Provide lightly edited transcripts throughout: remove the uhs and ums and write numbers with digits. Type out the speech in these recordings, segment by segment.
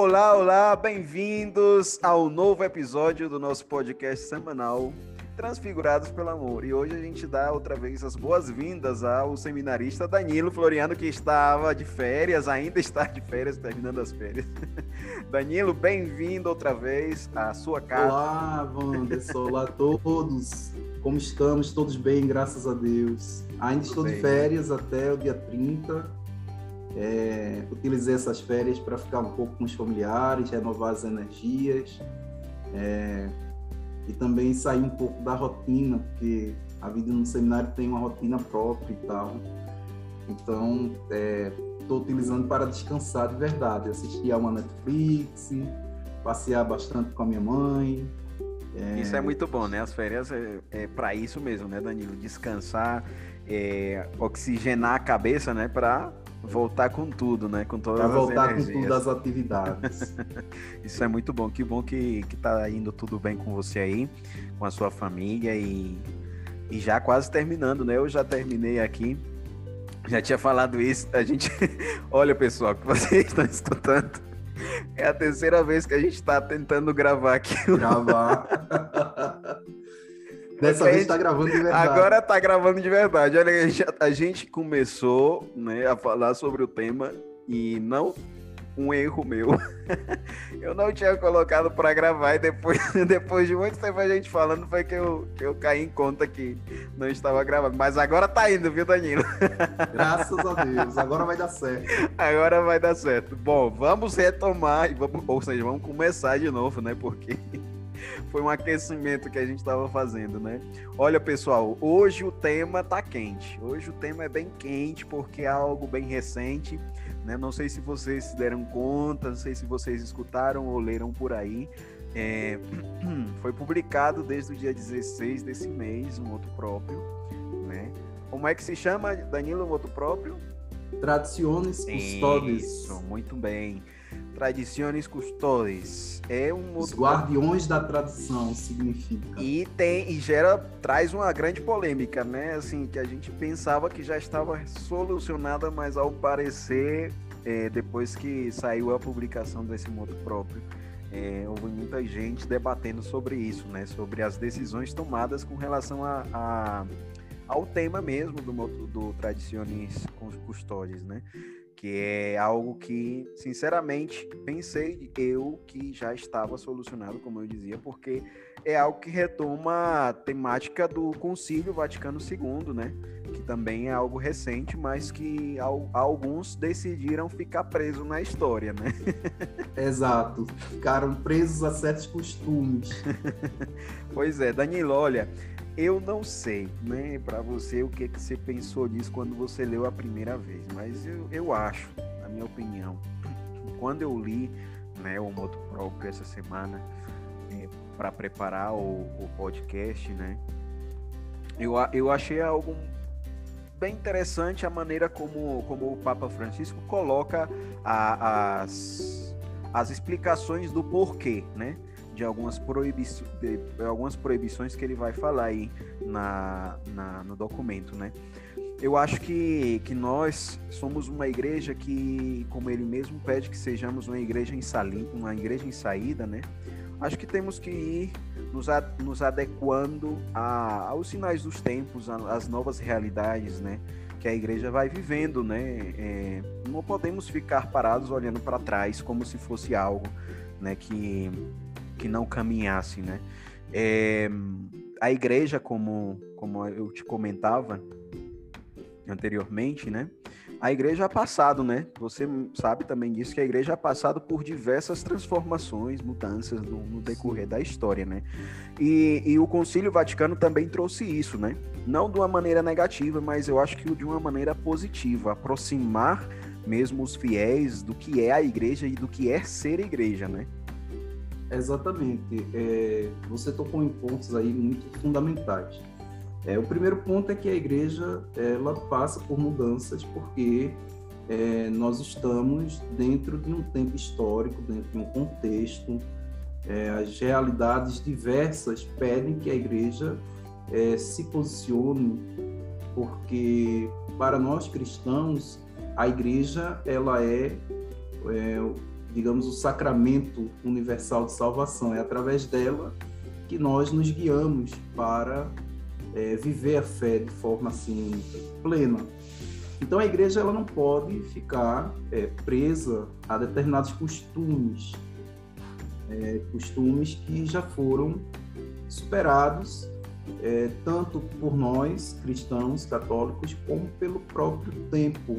Olá, olá, bem-vindos ao novo episódio do nosso podcast semanal Transfigurados pelo Amor. E hoje a gente dá outra vez as boas-vindas ao seminarista Danilo Floriano, que estava de férias, ainda está de férias, terminando as férias. Danilo, bem-vindo outra vez à sua casa. Olá, Wanderson, olá a todos. Como estamos? Todos bem, graças a Deus. Ainda estou de férias até o dia 30. Utilizei essas férias para ficar um pouco com os familiares, renovar as energias e também sair um pouco da rotina, porque a vida no seminário tem uma rotina própria e tal. Então, estou utilizando para descansar de verdade, assistir a uma Netflix, passear bastante com a minha mãe. Isso é muito bom, né? As férias é para isso mesmo, né, Danilo? Descansar, oxigenar a cabeça, né, para voltar com tudo, né? Com todas as energias. Voltar com tudo as atividades. Isso é muito bom. Que bom que tá indo tudo bem com você aí, com a sua família e já quase terminando, né? Eu já terminei aqui. Já tinha falado isso. A gente... Olha, pessoal, que vocês estão escutando. É a terceira vez que a gente está tentando gravar aqui. Dessa vez está gravando de verdade. Agora está gravando de verdade. Olha, a gente começou, né, a falar sobre o tema e não um erro meu. Eu não tinha colocado para gravar e depois de muito tempo a gente falando foi que eu caí em conta que não estava gravando. Mas agora tá indo, viu, Danilo? Graças a Deus. Agora vai dar certo. Agora vai dar certo. Bom, vamos retomar, vamos começar de novo, né? Porque foi um aquecimento que a gente estava fazendo, né? Olha, pessoal, hoje o tema tá quente. Hoje o tema é bem quente porque é algo bem recente, né? Não sei se vocês se deram conta, não sei se vocês escutaram ou leram por aí. Foi publicado desde o dia 16 desse mês, um motu próprio, né? Como é que se chama, Danilo, o motu próprio? Tradiciones Custodes. Isso, muito bem. Tradiciones Custodes. É um Os guardiões da tradição, significa. E traz uma grande polêmica, né? Assim, que a gente pensava que já estava solucionada, mas ao parecer, depois que saiu a publicação desse motu próprio, houve muita gente debatendo sobre isso, né? Sobre as decisões tomadas com relação ao tema mesmo do Tradiciones Custodes, né? Que é algo que, sinceramente, pensei eu que já estava solucionado, como eu dizia, porque é algo que retoma a temática do Concílio Vaticano II, né? Que também é algo recente, mas que alguns decidiram ficar presos na história, né? Exato, ficaram presos a certos costumes. Pois é, Danilo, olha... Eu não sei, né, para você o que você pensou disso quando você leu a primeira vez, mas eu acho, na minha opinião, quando eu li, né, o motu próprio essa semana para preparar o podcast, né, eu achei algo bem interessante a maneira como o Papa Francisco coloca as explicações do porquê, né? De algumas proibições que ele vai falar aí no documento, né? Eu acho que nós somos uma igreja que, como ele mesmo pede que sejamos uma igreja em saída, né? Acho que temos que ir nos adequando aos sinais dos tempos, às novas realidades, né? Que a igreja vai vivendo, né? Não podemos ficar parados olhando para trás como se fosse algo, né, que não caminhasse, né? A igreja, como eu te comentava anteriormente, né? A igreja ha passado, né? Você sabe também disso, que a igreja ha passado por diversas transformações, mudanças no decorrer da história, né? E o Concílio Vaticano também trouxe isso, né? Não de uma maneira negativa, mas eu acho que de uma maneira positiva, aproximar mesmo os fiéis do que é a igreja e do que é ser igreja, né? Exatamente. Você tocou em pontos aí muito fundamentais. O primeiro ponto é que a igreja ela passa por mudanças porque nós estamos dentro de um tempo histórico, dentro de um contexto. As realidades diversas pedem que a igreja se posicione, porque para nós cristãos a igreja ela é digamos, o sacramento universal de salvação. É através dela que nós nos guiamos para viver a fé de forma assim plena. Então a igreja ela não pode ficar presa a determinados costumes, costumes que já foram superados tanto por nós cristãos católicos como pelo próprio tempo.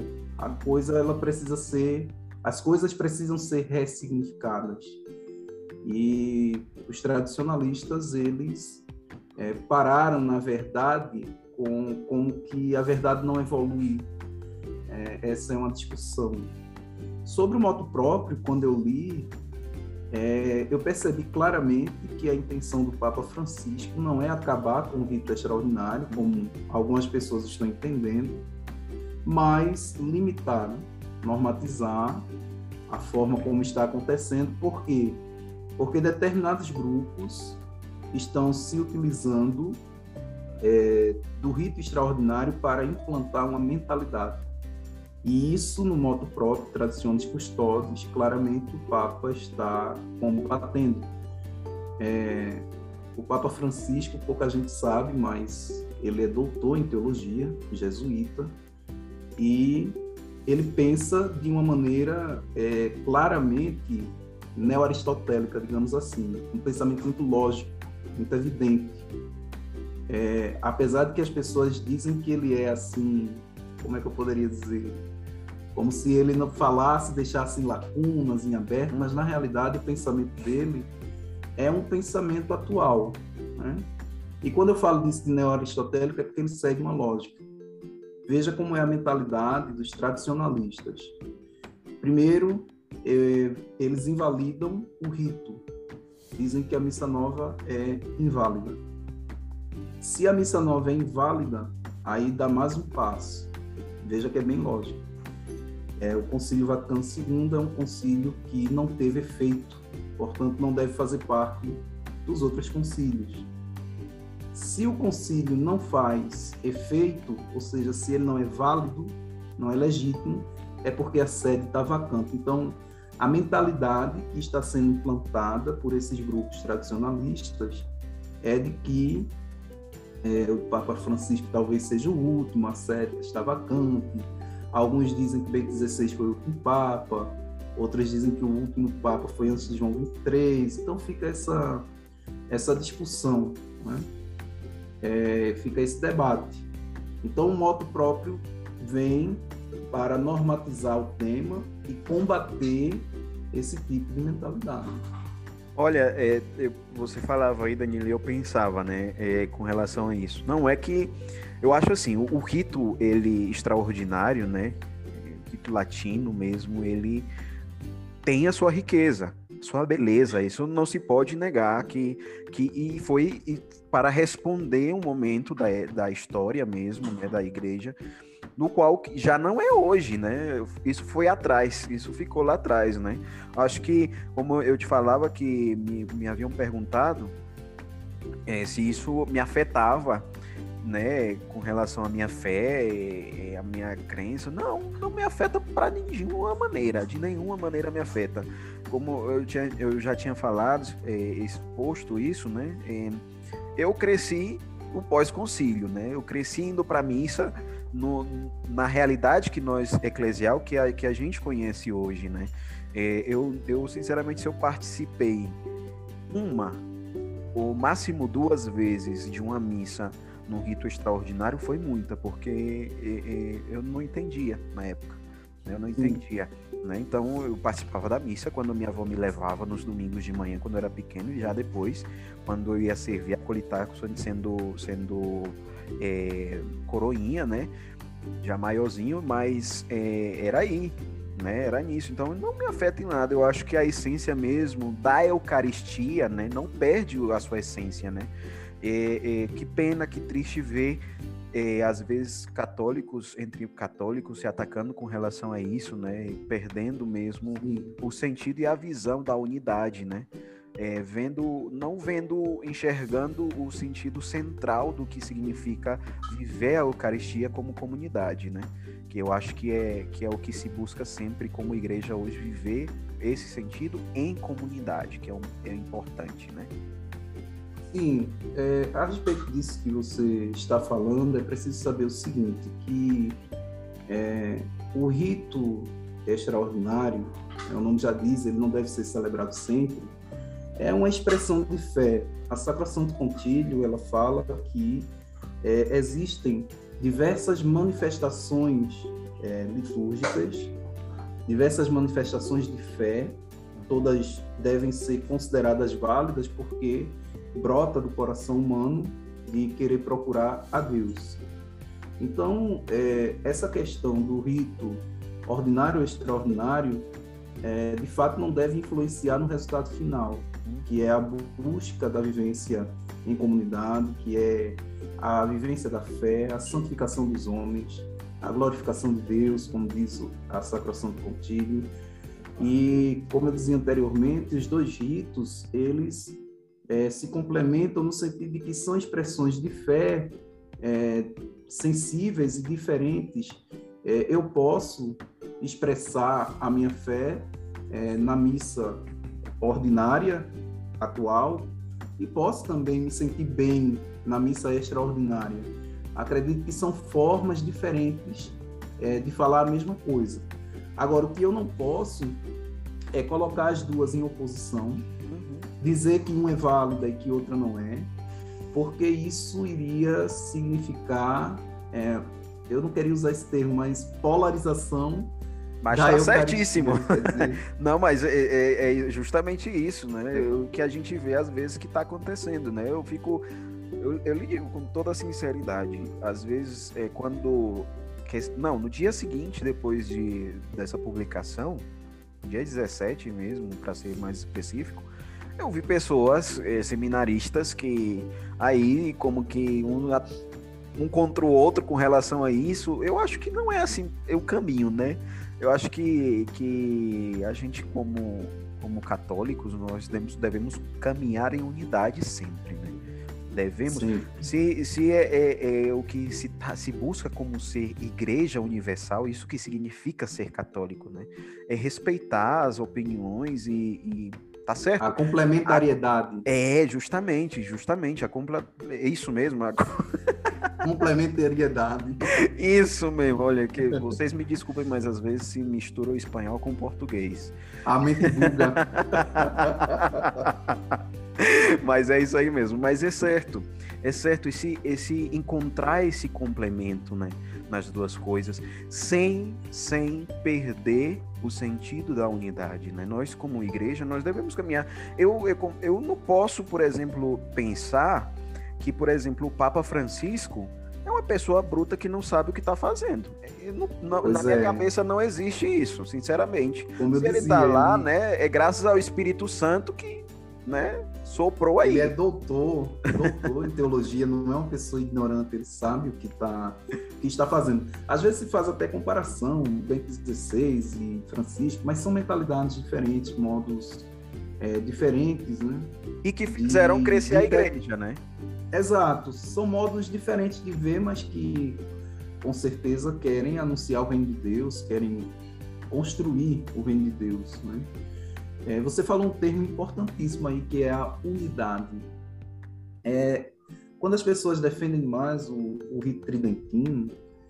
As coisas precisam ser ressignificadas. E os tradicionalistas eles pararam na verdade com que a verdade não evolui. Essa é uma discussão. Sobre o motu próprio, quando eu li, eu percebi claramente que a intenção do Papa Francisco não é acabar com o rito extraordinário, como algumas pessoas estão entendendo, mas limitar, normatizar a forma como está acontecendo. Por quê? Porque determinados grupos estão se utilizando do rito extraordinário para implantar uma mentalidade. E isso, no motu próprio, Traditionis Custodes, claramente o Papa está combatendo. O Papa Francisco, pouca gente sabe, mas ele é doutor em teologia, jesuíta, e ele pensa de uma maneira claramente neo-aristotélica, digamos assim, um pensamento muito lógico, muito evidente. Apesar de que as pessoas dizem que ele é assim, como é que eu poderia dizer? Como se ele não falasse, deixasse lacunas em aberto, mas na realidade o pensamento dele é um pensamento atual, né? E quando eu falo disso de neo-aristotélico é porque ele segue uma lógica. Veja como é a mentalidade dos tradicionalistas. Primeiro, eles invalidam o rito. Dizem que a missa nova é inválida. Se a missa nova é inválida, aí dá mais um passo. Veja que é bem lógico. O Concílio Vaticano II é um concílio que não teve efeito, portanto não deve fazer parte dos outros concílios. Se o concílio não faz efeito, ou seja, se ele não é válido, não é legítimo, é porque a sede está vacante. Então, a mentalidade que está sendo implantada por esses grupos tradicionalistas é de que o Papa Francisco talvez seja o último, a sede está vacante. Alguns dizem que Bento XVI foi o último Papa, outros dizem que o último Papa foi antes de João XXIII. Então fica essa discussão, né? Fica esse debate. Então o motu próprio vem para normatizar o tema e combater esse tipo de mentalidade. Olha, você falava aí, Danilo, e eu pensava, né, com relação a isso. Não é que eu acho assim, o rito ele extraordinário, né, o rito latino mesmo, ele tem a sua riqueza, sua beleza. Isso não se pode negar e foi para responder um momento da história mesmo, né, da igreja, no qual já não é hoje, né? Isso foi atrás, isso ficou lá atrás, né? Acho que, como eu te falava, que me haviam perguntado se isso me afetava, né, com relação à minha fé, à minha crença. Não me afeta de nenhuma maneira me afeta. Como eu já tinha falado, exposto isso, né? Eu cresci o pós-concílio, né? Eu cresci indo para a missa na realidade que nós, eclesial, que a gente conhece hoje, né? Eu, sinceramente, se eu participei uma ou máximo 2 vezes de uma missa no rito extraordinário, foi muita, porque eu não entendia na época, né? Eu não entendia, né? Então eu participava da missa quando minha avó me levava nos domingos de manhã, quando eu era pequeno, e já depois, quando eu ia servir, acolitar, sendo coroinha, né? Já maiorzinho, mas era aí, né? Era nisso. Então não me afeta em nada. Eu acho que a essência mesmo da Eucaristia, né, não perde a sua essência, né? Que pena, que triste ver às vezes entre católicos se atacando com relação a isso, né? Perdendo mesmo o sentido e a visão da unidade, né? enxergando o sentido central do que significa viver a Eucaristia como comunidade, né? Que eu acho que é o que se busca sempre como igreja hoje, viver esse sentido em comunidade, que é importante, né? Sim, a respeito disso que você está falando, é preciso saber o seguinte, que o rito extraordinário, o nome já diz, ele não deve ser celebrado sempre, é uma expressão de fé. A Sacrosanto Concílio, ela fala que existem diversas manifestações litúrgicas, diversas manifestações de fé, todas devem ser consideradas válidas porque brota do coração humano de querer procurar a Deus. Então, essa questão do rito ordinário ou extraordinário, de fato não deve influenciar no resultado final, que é a busca da vivência em comunidade, que é a vivência da fé, a santificação dos homens, a glorificação de Deus, como diz a Sacrosanto Concílio. E, como eu dizia anteriormente, os dois ritos, eles se complementam no sentido de que são expressões de fé sensíveis e diferentes. Eu posso expressar a minha fé na missa ordinária atual e posso também me sentir bem na missa extraordinária. Acredito que são formas diferentes de falar a mesma coisa. Agora, o que eu não posso é colocar as duas em oposição, dizer que uma é válida e que outra não é, porque isso iria significar, eu não queria usar esse termo, mas polarização. Mas tá certíssimo. Não, mas é justamente isso, né? O que a gente vê às vezes que está acontecendo, né? Eu lhe digo com toda sinceridade, às vezes no dia seguinte, depois dessa publicação, dia 17 mesmo, para ser mais específico, eu vi pessoas, seminaristas, que aí como que um contra o outro com relação a isso. Eu acho que não é assim o caminho, né? Eu acho que a gente, como católicos, nós devemos caminhar em unidade sempre, né? Devemos. Sim. Se é o que se busca como ser igreja universal, isso que significa ser católico, né? É respeitar as opiniões e tá certo? A complementariedade. Justamente. É isso mesmo. Complementariedade. Isso mesmo, olha, que vocês me desculpem, mas às vezes se mistura o espanhol com o português. A mente buga. Mas é isso aí mesmo, mas é certo, esse encontrar esse complemento, né, nas duas coisas, sem perder o sentido da unidade, né? Nós, como igreja, nós devemos caminhar. Eu não posso, por exemplo, pensar que, por exemplo, o Papa Francisco é uma pessoa bruta que não sabe o que está fazendo. Na minha cabeça não existe isso, sinceramente. Se ele está lá, né, é graças ao Espírito Santo que, né, soprou aí. Ele é doutor em teologia, não é uma pessoa ignorante, ele sabe o que está fazendo. Às vezes se faz até comparação, Bento XVI e Francisco, mas são mentalidades diferentes, modos diferentes, né? E que fizeram crescer a igreja, né? Exato, são modos diferentes de ver, mas que com certeza querem anunciar o reino de Deus, querem construir o reino de Deus, né? Você falou um termo importantíssimo aí, que é a unidade. Quando as pessoas defendem mais o rito tridentino,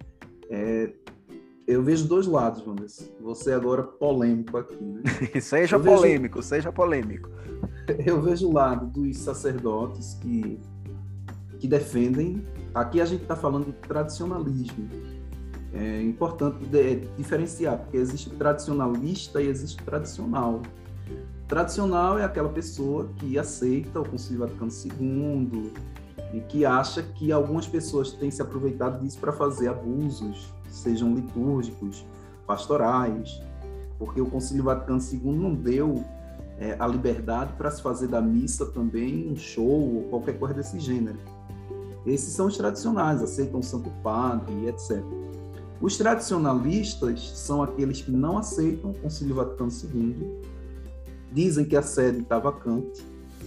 eu vejo dois lados, Jonas. Você agora polêmico aqui, né? Seja polêmico. Eu vejo o lado dos sacerdotes que defendem. Aqui a gente está falando de tradicionalismo. É importante diferenciar, porque existe tradicionalista e existe tradicional. Tradicional é aquela pessoa que aceita o Concílio Vaticano II e que acha que algumas pessoas têm se aproveitado disso para fazer abusos, sejam litúrgicos, pastorais, porque o Concílio Vaticano II não deu a liberdade para se fazer da missa também um show ou qualquer coisa desse gênero. Esses são os tradicionais, aceitam o Santo Padre e etc. Os tradicionalistas são aqueles que não aceitam o Concílio Vaticano II dizem que a sede está vacante,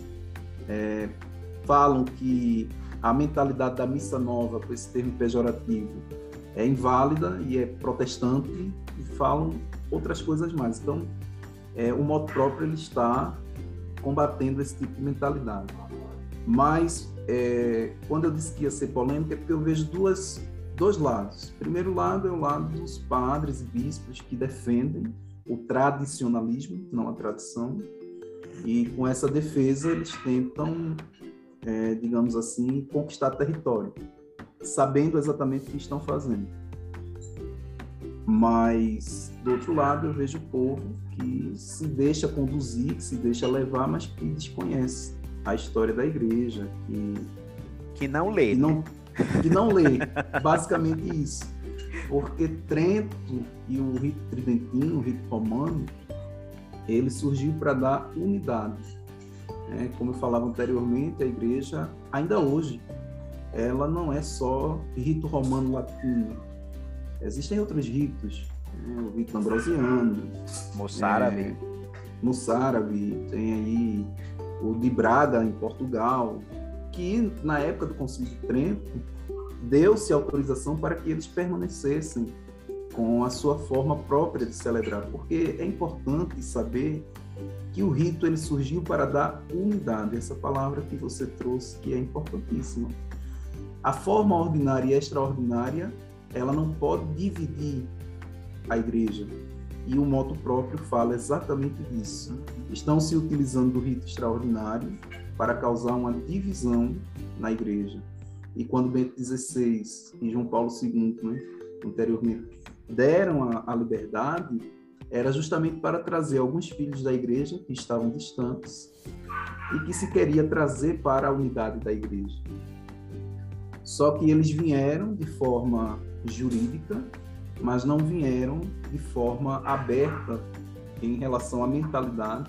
falam que a mentalidade da missa nova, com esse termo pejorativo, é inválida e é protestante, e falam outras coisas mais. Então, o moto próprio ele está combatendo esse tipo de mentalidade. Mas, quando eu disse que ia ser polêmica, é porque eu vejo dois lados. O primeiro lado é o lado dos padres e bispos que defendem o tradicionalismo, não a tradição, e com essa defesa eles tentam, digamos assim, conquistar território, sabendo exatamente o que estão fazendo. Mas, do outro lado, eu vejo o povo que se deixa conduzir, que se deixa levar, mas que desconhece a história da igreja, que não lê. Que não lê, basicamente isso. Porque Trento e o rito tridentino, o rito romano, ele surgiu para dar unidade. Como eu falava anteriormente, a igreja, ainda hoje, ela não é só rito romano-latino. Existem outros ritos, o rito ambrosiano, moçárabe, tem aí o de Braga, em Portugal, que na época do Concílio de Trento deu-se autorização para que eles permanecessem com a sua forma própria de celebrar, porque é importante saber que o rito ele surgiu para dar unidade, essa palavra que você trouxe, que é importantíssima. A forma ordinária e extraordinária, ela não pode dividir a igreja, e o moto próprio fala exatamente disso. Estão se utilizando do rito extraordinário para causar uma divisão na igreja. E quando Bento XVI e João Paulo II, anteriormente, deram a liberdade, era justamente para trazer alguns filhos da igreja que estavam distantes e que se queria trazer para a unidade da igreja. Só que eles vieram de forma jurídica, mas não vieram de forma aberta em relação à mentalidade,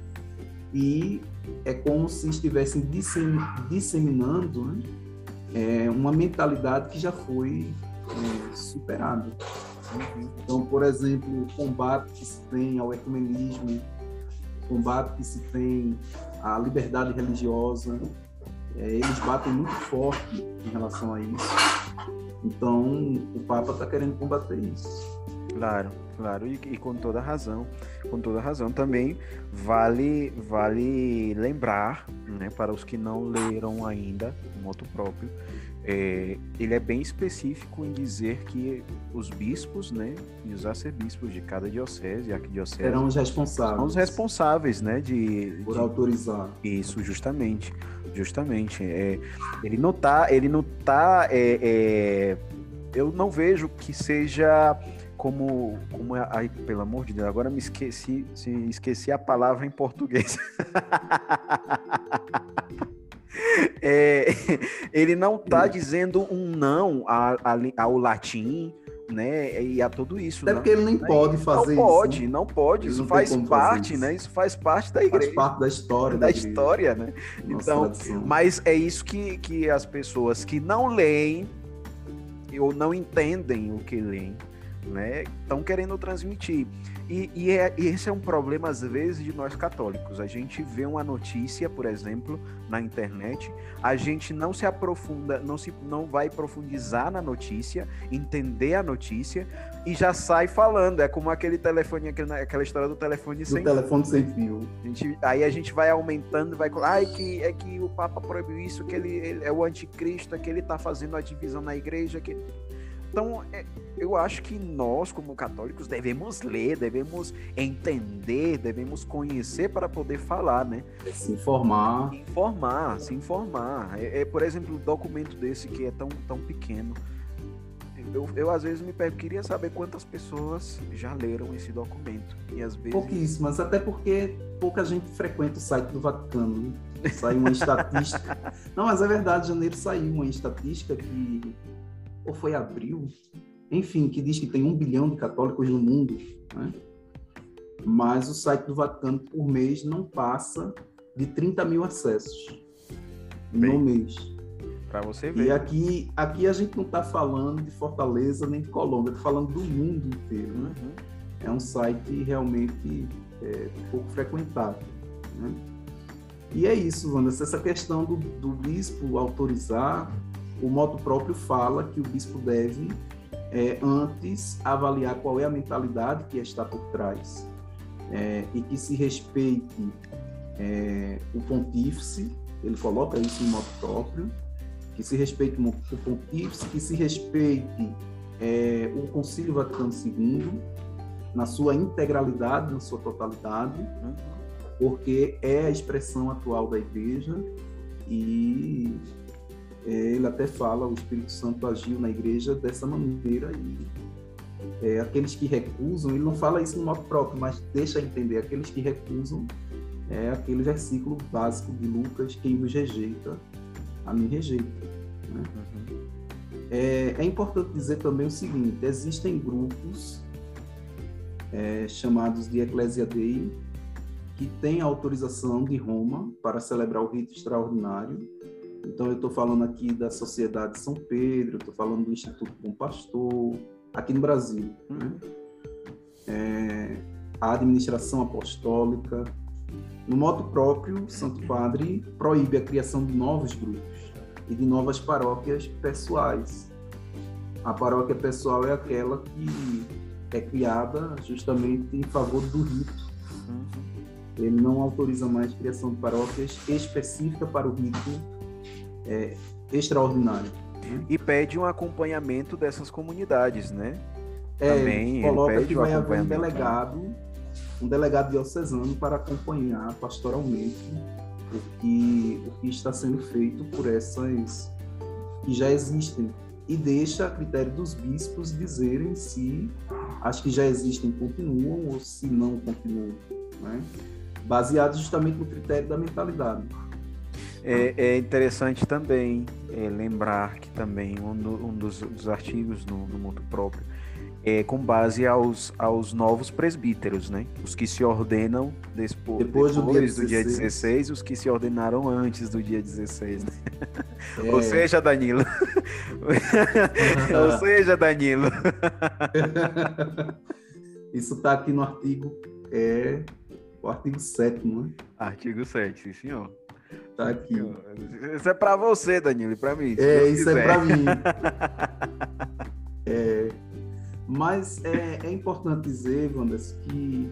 e é como se estivessem disseminando uma mentalidade que já foi superada. Então, por exemplo, o combate que se tem ao ecumenismo, o combate que se tem à liberdade religiosa, eles batem muito forte em relação a isso. Então, o Papa está querendo combater isso. Claro, e com toda razão. Com toda razão. Também vale lembrar, para os que não leram ainda o moto próprio, ele é bem específico em dizer que os bispos, e os arcebispos de cada diocese e arquidiocese serão os responsáveis. São os responsáveis, por autorizar. Isso, justamente. Ele não tá. Eu não vejo que seja como ai, pelo amor de Deus, agora me esqueci a palavra em português. Ele não está dizendo um não ao latim, e a tudo isso. Até porque ele nem pode fazer isso. Não pode. Isso faz parte, Isso faz parte da igreja. Faz parte da história. Da história, Então, mas é isso que as pessoas que não leem ou não entendem o que leem, estão querendo transmitir. E esse é um problema, às vezes, de nós católicos. A gente vê uma notícia, por exemplo, na internet, a gente não se aprofunda, não vai profundizar na notícia, entender a notícia, e já sai falando. É como aquele telefone, aquela história do telefone sem fio. Telefone sem fio. Aí a gente vai aumentando, é que o Papa proibiu isso, que ele é o anticristo, que ele está fazendo a divisão na igreja, que... Então, eu acho que nós, como católicos, devemos ler, devemos entender, devemos conhecer para poder falar, Se informar. Se informar. Por exemplo, um documento desse que é tão pequeno. Eu às vezes me pergunto, queria saber quantas pessoas já leram esse documento. E às vezes... Pouquíssimas, até porque pouca gente frequenta o site do Vaticano. Sai uma estatística. Não, mas é verdade, em janeiro saiu uma estatística que... ou foi abril, enfim, que diz que tem 1 bilhão de católicos no mundo, Mas o site do Vaticano, por mês, não passa de 30 mil acessos no mês. Para você ver. E aqui a gente não está falando de Fortaleza nem de Colômbia, está falando do mundo inteiro, É um site realmente pouco frequentado, né? E é isso, Wanderson, essa questão do bispo autorizar, o motu próprio fala que o bispo deve antes avaliar qual é a mentalidade que está por trás, e que se respeite o pontífice, ele coloca isso no motu próprio, que se respeite o pontífice, que se respeite o Concílio Vaticano II na sua integralidade, na sua totalidade, porque é a expressão atual da Igreja, e ele até fala, o Espírito Santo agiu na Igreja dessa maneira, e aqueles que recusam, ele não fala isso no modo próprio, mas deixa entender, aqueles que recusam, aquele versículo básico de Lucas, quem vos rejeita, a mim rejeita, né? É importante dizer também o seguinte, existem grupos chamados de Ecclesia Dei, que têm autorização de Roma para celebrar o rito extraordinário. Então, eu estou falando aqui da Sociedade São Pedro, estou falando do Instituto Bom Pastor, aqui no Brasil, né? A administração apostólica. No motu próprio, o Santo Padre proíbe a criação de novos grupos e de novas paróquias pessoais. A paróquia pessoal é aquela que é criada justamente em favor do rito. Ele não autoriza mais a criação de paróquias específicas para o rito extraordinário, né? E pede um acompanhamento dessas comunidades, né? Também coloca que vai haver um delegado diocesano para acompanhar pastoralmente o que está sendo feito por essas que já existem, e deixa a critério dos bispos dizerem se as que já existem continuam ou se não continuam, né? Baseado justamente no critério da mentalidade. É interessante também lembrar que também um dos artigos no motu próprio é com base aos novos presbíteros, né? Os que se ordenam depois do dia 16 e os que se ordenaram antes do dia 16, né? Ou seja, Danilo. Ou seja, Danilo. Isso está aqui no artigo, o artigo 7º, né? Artigo 7, sim, senhor. Tá aqui. Isso é para você, Danilo, e para mim. Isso é para mim. Mas é importante dizer, Wanderson, que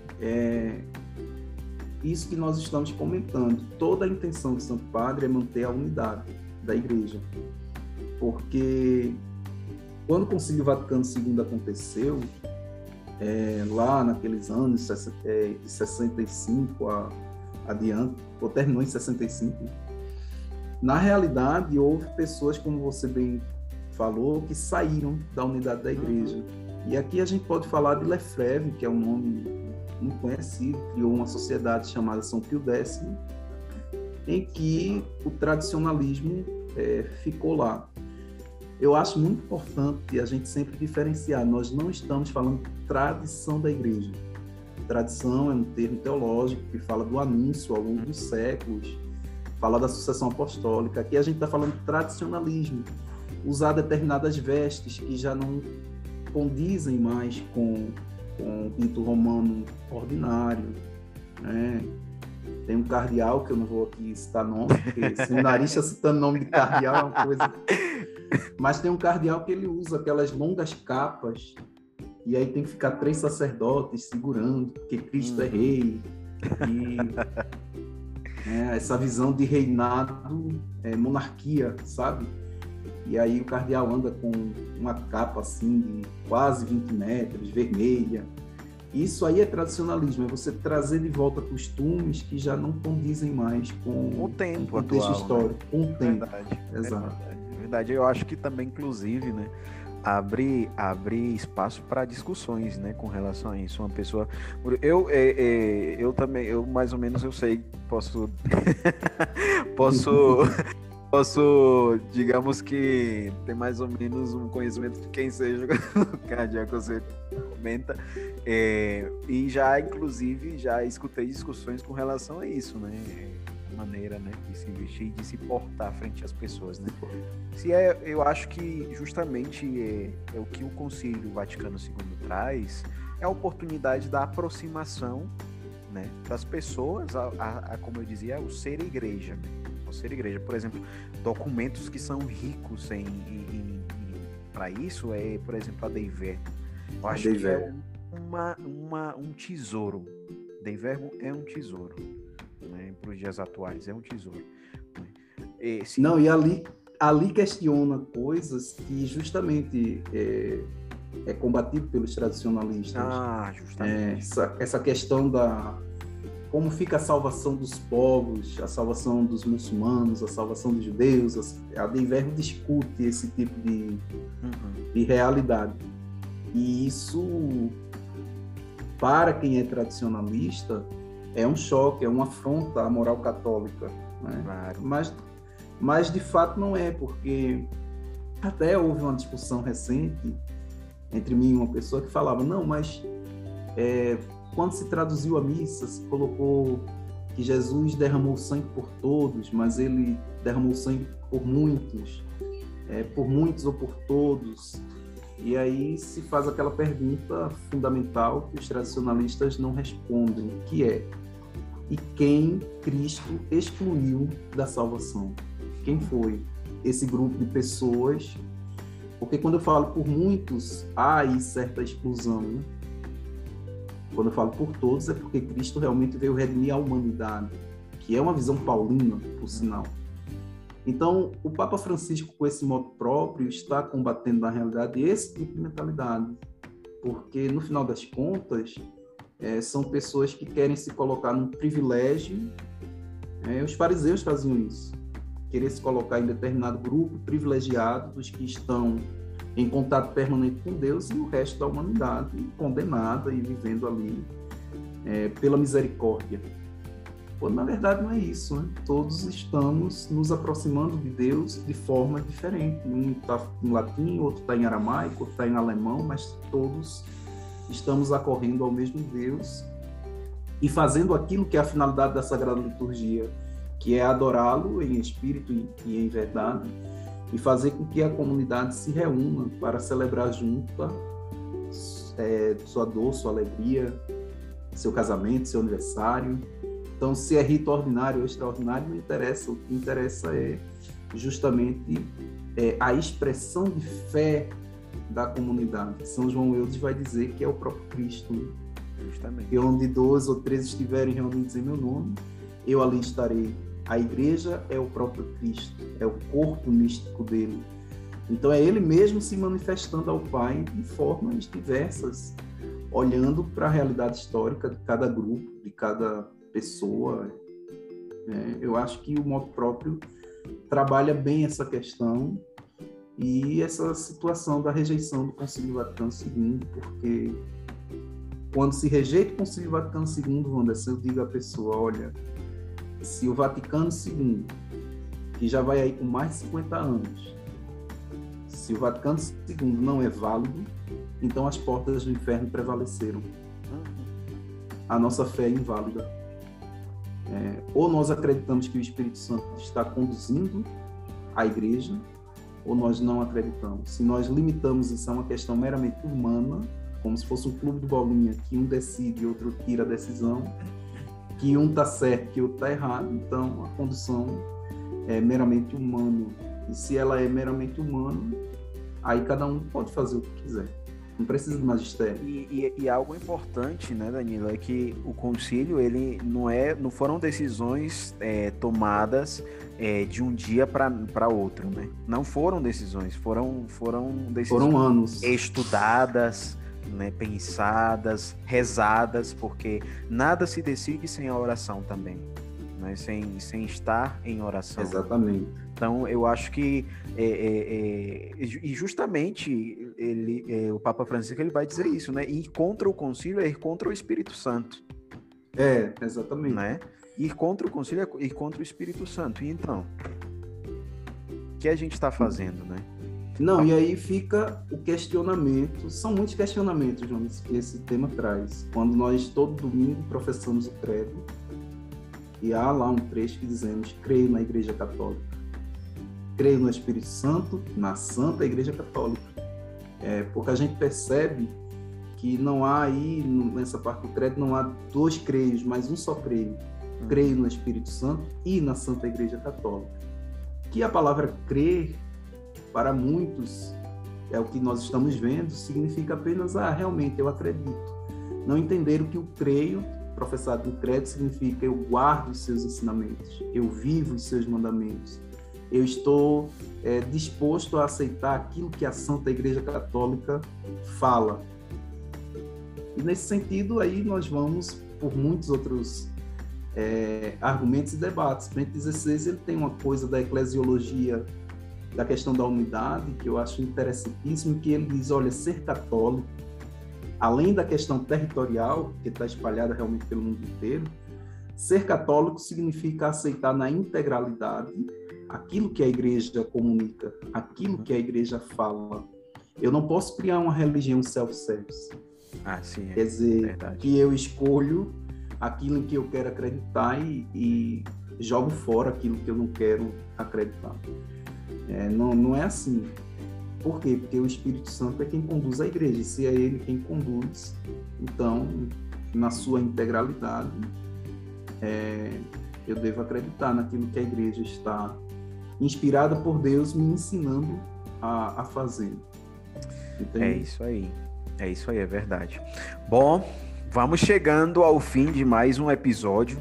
isso que nós estamos comentando, toda a intenção do Santo Padre é manter a unidade da Igreja. Porque quando o Concílio Vaticano II aconteceu, lá naqueles anos, de 65 adiante, ou terminou em 65, na realidade houve pessoas, como você bem falou, que saíram da unidade da Igreja. E aqui a gente pode falar de Lefebvre, que é um nome muito conhecido, criou uma sociedade chamada São Pio X, em que o tradicionalismo ficou lá. Eu acho muito importante a gente sempre diferenciar, nós não estamos falando de tradição da Igreja. Tradição é um termo teológico que fala do anúncio ao longo dos séculos, fala da sucessão apostólica. Aqui a gente está falando de tradicionalismo, usar determinadas vestes que já não condizem mais com o rito romano ordinário, né? Tem um cardeal, que eu não vou aqui citar nome, porque seminarista citando nome de cardeal é uma coisa... Mas tem um cardeal que ele usa aquelas longas capas, e aí tem que ficar 3 sacerdotes segurando, porque Cristo é rei. E essa visão de reinado, monarquia, sabe? E aí o cardeal anda com uma capa assim de quase 20 metros, vermelha. Isso aí é tradicionalismo, é você trazer de volta costumes que já não condizem mais com o tempo o contexto atual, histórico, né? com o tempo. Verdade, exato. Verdade, eu acho que também, inclusive, né, abre espaço para discussões, né, com relação a isso. Uma pessoa, eu também, eu mais ou menos eu sei, posso, digamos que ter mais ou menos um conhecimento de quem seja o cardeal que você comenta, e já, inclusive, já escutei discussões com relação a isso, né, maneira, né, de se vestir, de se portar frente às pessoas, né. Eu acho que justamente é o que o Concílio Vaticano II traz, é a oportunidade da aproximação né? Para as pessoas, como eu dizia, o ser igreja, né? O ser igreja, por exemplo, documentos que são ricos para isso por exemplo, a Dei Verbo. Eu acho que é um tesouro. Dei Verbo é um tesouro, né? Para os dias atuais, é um tesouro. Né? Não, e ali questiona coisas que justamente é combatido pelos tradicionalistas. Justamente. Essa questão como fica a salvação dos povos, a salvação dos muçulmanos, a salvação dos judeus. A Dei Verbo discute esse tipo de realidade. E isso, para quem é tradicionalista, é um choque, é uma afronta à moral católica. Né? Claro. Mas, de fato, não é, porque até houve uma discussão recente entre mim e uma pessoa que falava, não, mas quando se traduziu a missa, se colocou que Jesus derramou sangue por todos, mas ele derramou sangue por muitos ou por todos. E aí se faz aquela pergunta fundamental que os tradicionalistas não respondem, que é: e quem Cristo excluiu da salvação? Quem foi esse grupo de pessoas? Porque quando eu falo por muitos, há aí certa exclusão, né? Quando eu falo por todos, é porque Cristo realmente veio redimir a humanidade, que é uma visão paulina, por sinal. Então, o Papa Francisco, com esse modo próprio, está combatendo, na realidade, esse tipo de mentalidade. Porque, no final das contas, são pessoas que querem se colocar num privilégio. Os fariseus faziam isso. Querer se colocar em determinado grupo privilegiado dos que estão em contato permanente com Deus, e o resto da humanidade condenada e vivendo ali pela misericórdia. Quando, na verdade, não é isso, né? Todos estamos nos aproximando de Deus de forma diferente. Um está em latim, outro está em aramaico, outro está em alemão, mas todos estamos acorrendo ao mesmo Deus e fazendo aquilo que é a finalidade da Sagrada Liturgia, que é adorá-lo em espírito e em verdade, e fazer com que a comunidade se reúna para celebrar junta sua dor, sua alegria, seu casamento, seu aniversário. Então, se é rito ordinário ou extraordinário, não interessa. O que interessa é justamente a expressão de fé da comunidade. São João Eudes vai dizer que é o próprio Cristo. Justamente. E onde 2 ou 3 estiverem reunidos em meu nome, eu ali estarei. A igreja é o próprio Cristo, é o corpo místico dele. Então é ele mesmo se manifestando ao Pai de formas diversas, olhando para a realidade histórica de cada grupo, de cada pessoa. Eu acho que o modo próprio trabalha bem essa questão e essa situação da rejeição do Concílio Vaticano II, porque quando se rejeita o Concílio Vaticano II, Wanderson, eu digo à pessoa, olha, se o Vaticano II, que já vai aí com mais de 50 anos, se o Vaticano II não é válido, então as portas do inferno prevaleceram. A nossa fé é inválida. Ou nós acreditamos que o Espírito Santo está conduzindo a igreja, ou nós não acreditamos. Se nós limitamos isso a uma questão meramente humana, como se fosse um clube de bolinha, que um decide e outro tira a decisão, que um está certo, que o outro está errado, então a condução é meramente humana. E se ela é meramente humana, aí cada um pode fazer o que quiser. Não precisa de magistério. E algo importante, né, Danilo, é que o concílio, ele não foram decisões tomadas de um dia para outro, né? Não foram decisões, foram decisões foram anos estudadas, né, pensadas, rezadas, porque nada se decide sem a oração também, né? Sem estar em oração. Exatamente. Então, eu acho que e justamente o Papa Francisco ele vai dizer isso, né? Ir contra o concílio é ir contra o Espírito Santo. Exatamente. Né? Ir contra o concílio é ir contra o Espírito Santo. E então, o que a gente está fazendo, né? Não, e aí fica o questionamento, são muitos questionamentos, Jonas, que esse tema traz. Quando nós, todo domingo, professamos o credo, e há lá um trecho que dizemos, creio na Igreja Católica, creio no Espírito Santo, na Santa Igreja Católica. Porque a gente percebe que não há aí, nessa parte do credo, não há dois creios, mas um só creio. Creio no Espírito Santo e na Santa Igreja Católica. Que a palavra crer, para muitos, é o que nós estamos vendo, significa apenas, realmente, eu acredito. Não entenderam que o creio, professado no credo, significa eu guardo os seus ensinamentos, eu vivo os seus mandamentos, eu estou disposto a aceitar aquilo que a Santa Igreja Católica fala. E nesse sentido, aí nós vamos por muitos outros argumentos e debates. Bento XVI ele tem uma coisa da eclesiologia, da questão da unidade, que eu acho interessantíssimo, que ele diz, olha, ser católico, além da questão territorial, que está espalhada realmente pelo mundo inteiro, ser católico significa aceitar na integralidade aquilo que a igreja comunica, aquilo que a igreja fala. Eu não posso criar uma religião self-service. Sim, quer dizer, verdade. Que eu escolho aquilo em que eu quero acreditar e jogo fora aquilo que eu não quero acreditar. Não é assim. Por quê? Porque o Espírito Santo é quem conduz a igreja. E se é ele quem conduz, então, na sua integralidade, eu devo acreditar naquilo que a igreja está inspirada por Deus me ensinando a fazer. Entende? É isso aí, é verdade. Bom, vamos chegando ao fim de mais um episódio.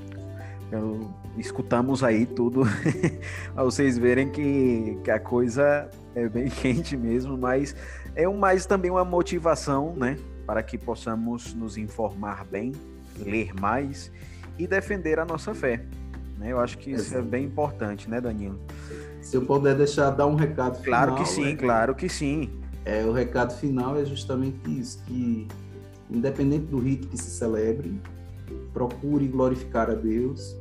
Escutamos aí tudo para vocês verem que a coisa é bem quente mesmo, mas é mais também uma motivação, né, para que possamos nos informar bem, ler mais e defender a nossa fé, né? Eu acho que isso é bem importante, né, Danilo? Se eu puder dar um recado final... Claro que sim. O recado final é justamente isso, que independente do rito que se celebre, procure glorificar a Deus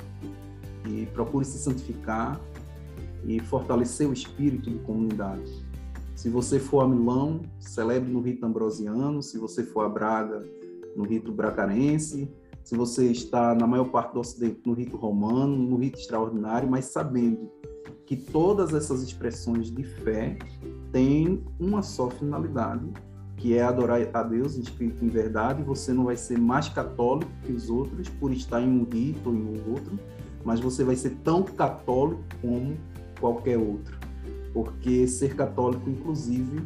e procure se santificar e fortalecer o espírito de comunidade. Se você for a Milão, celebre no rito ambrosiano. Se você for a Braga, no rito bracarense. Se você está na maior parte do Ocidente, no rito romano, no rito extraordinário, mas sabendo que todas essas expressões de fé têm uma só finalidade, que é adorar a Deus em espírito e em verdade. Você não vai ser mais católico que os outros por estar em um rito ou em um outro, mas você vai ser tão católico como qualquer outro. Porque ser católico, inclusive,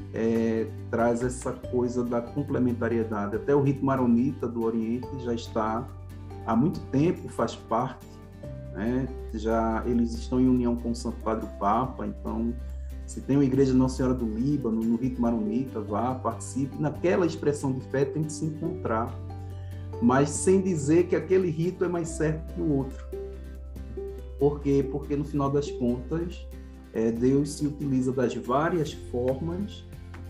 traz essa coisa da complementariedade. Até o rito maronita do Oriente já está há muito tempo, faz parte, né? Eles estão em união com o Santo Padre Papa. Então, se tem uma igreja Nossa Senhora do Líbano, no rito maronita, vá, participe. Naquela expressão de fé tem que se encontrar, mas sem dizer que aquele rito é mais certo que o outro. Por quê? Porque, no final das contas, Deus se utiliza das várias formas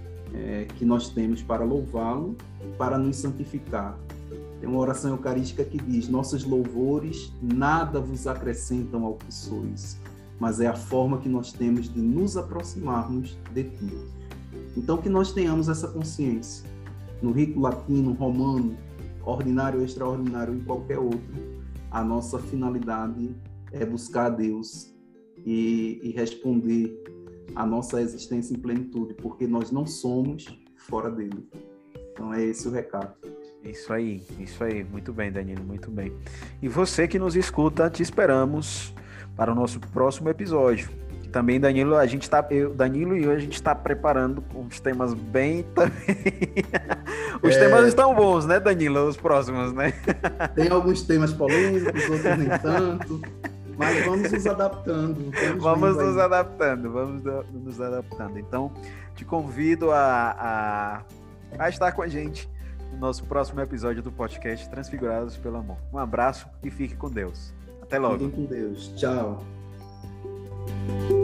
que nós temos para louvá-lo, para nos santificar. Tem uma oração eucarística que diz: nossos louvores nada vos acrescentam ao que sois, mas é a forma que nós temos de nos aproximarmos de ti. Então, que nós tenhamos essa consciência. No rito latino, romano, ordinário ou extraordinário, em qualquer outro, a nossa finalidade é buscar a Deus e responder à nossa existência em plenitude, porque nós não somos fora dele. Então é esse o recado. Isso aí, muito bem, Danilo, muito bem. E você que nos escuta, te esperamos para o nosso próximo episódio. Também, Danilo, Danilo e eu, a gente está preparando uns temas bem também. Os temas estão bons, né, Danilo? Os próximos, né? Tem alguns temas polêmicos, outros nem tanto. Mas vamos nos adaptando. Vamos nos adaptando. Então, te convido a estar com a gente no nosso próximo episódio do podcast Transfigurados pelo Amor. Um abraço e fique com Deus. Até logo. Fiquem com Deus. Tchau.